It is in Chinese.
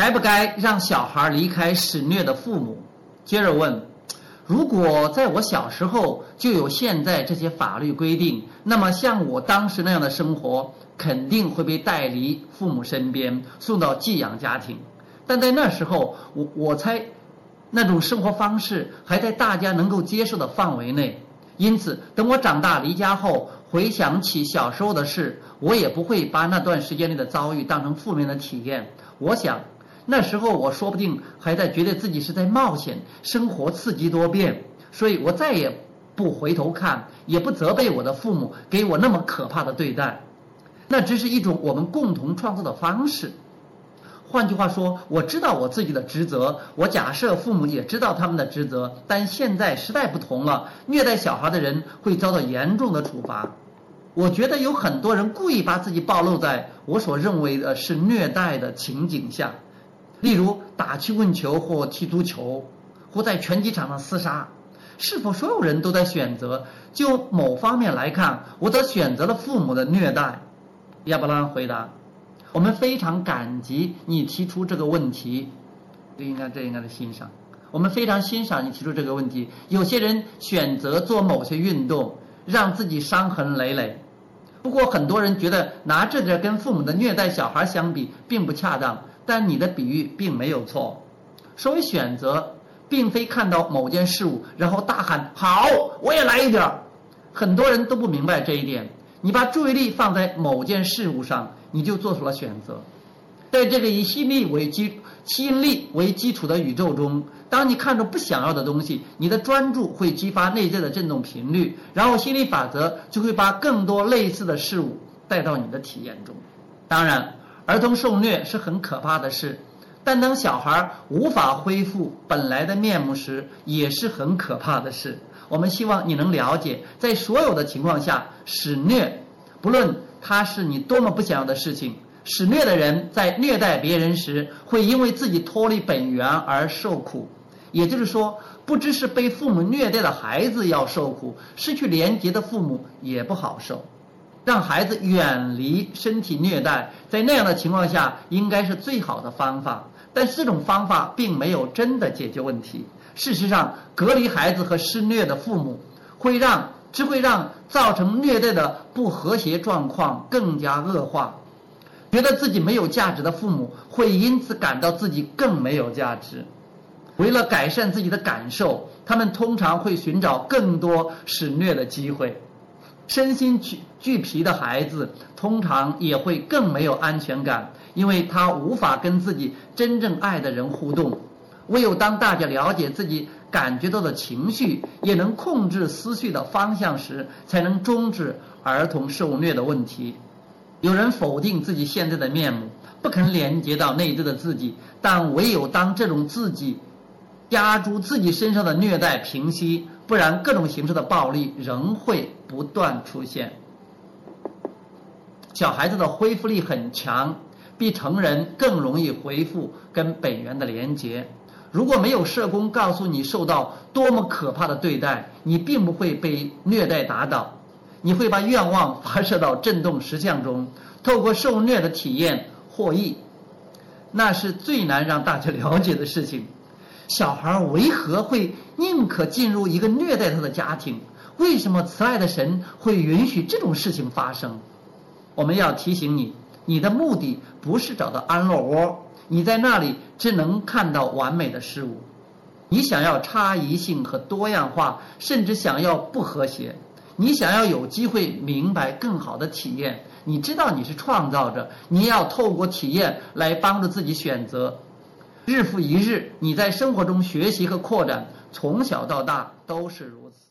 该不该让小孩离开施虐的父母？接着问，如果在我小时候就有现在这些法律规定，那么像我当时那样的生活肯定会被带离父母身边，送到寄养家庭。但在那时候，我猜那种生活方式还在大家能够接受的范围内，因此等我长大离家后，回想起小时候的事，我也不会把那段时间里的遭遇当成负面的体验。我想那时候我说不定还在觉得自己是在冒险，生活刺激多变，所以我再也不回头看，也不责备我的父母给我那么可怕的对待。那只是一种我们共同创造的方式。换句话说，我知道我自己的职责，我假设父母也知道他们的职责，但现在时代不同了，虐待小孩的人会遭到严重的处罚。我觉得有很多人故意把自己暴露在我所认为的是虐待的情景下，例如打曲棍球或踢足球，或在拳击场上厮杀。是否所有人都在选择？就某方面来看，我则选择了父母的虐待。亚伯拉罕回答，我们非常感激你提出这个问题，这应该是欣赏。我们非常欣赏你提出这个问题。有些人选择做某些运动，让自己伤痕累累。不过很多人觉得拿这个跟父母的虐待小孩相比并不恰当，但你的比喻并没有错。所谓选择，并非看到某件事物然后大喊好，我也来一点。很多人都不明白这一点。你把注意力放在某件事物上，你就做出了选择。在这个以吸引力为基础的宇宙中，当你看着不想要的东西，你的专注会激发内在的振动频率，然后心理法则就会把更多类似的事物带到你的体验中。当然，儿童受虐是很可怕的事，但当小孩无法恢复本来的面目时，也是很可怕的事。我们希望你能了解，在所有的情况下，施虐，不论它是你多么不想要的事情，施虐的人在虐待别人时，会因为自己脱离本源而受苦。也就是说，不只是被父母虐待的孩子要受苦，失去连结的父母也不好受。让孩子远离身体虐待，在那样的情况下应该是最好的方法，但是这种方法并没有真的解决问题。事实上，隔离孩子和施虐的父母只会让造成虐待的不和谐状况更加恶化。觉得自己没有价值的父母会因此感到自己更没有价值。为了改善自己的感受，他们通常会寻找更多施虐的机会。身心俱疲的孩子通常也会更没有安全感，因为他无法跟自己真正爱的人互动。唯有当大家了解自己感觉到的情绪，也能控制思绪的方向时，才能终止儿童受虐的问题。有人否定自己现在的面目，不肯连接到内在的自己，但唯有当这种自己压住自己身上的虐待平息，不然各种形式的暴力仍会不断出现。小孩子的恢复力很强，比成人更容易恢复跟本源的连结。如果没有社工告诉你受到多么可怕的对待，你并不会被虐待打倒，你会把愿望发射到振动实相中，透过受虐的体验获益。那是最难让大家了解的事情。小孩为何会宁可进入一个虐待他的家庭？为什么慈爱的神会允许这种事情发生？我们要提醒你，你的目的不是找到安乐窝，你在那里只能看到完美的事物。你想要差异性和多样化，甚至想要不和谐。你想要有机会明白更好的体验。你知道你是创造者，你要透过体验来帮助自己选择。日复一日，你在生活中学习和扩展，从小到大都是如此。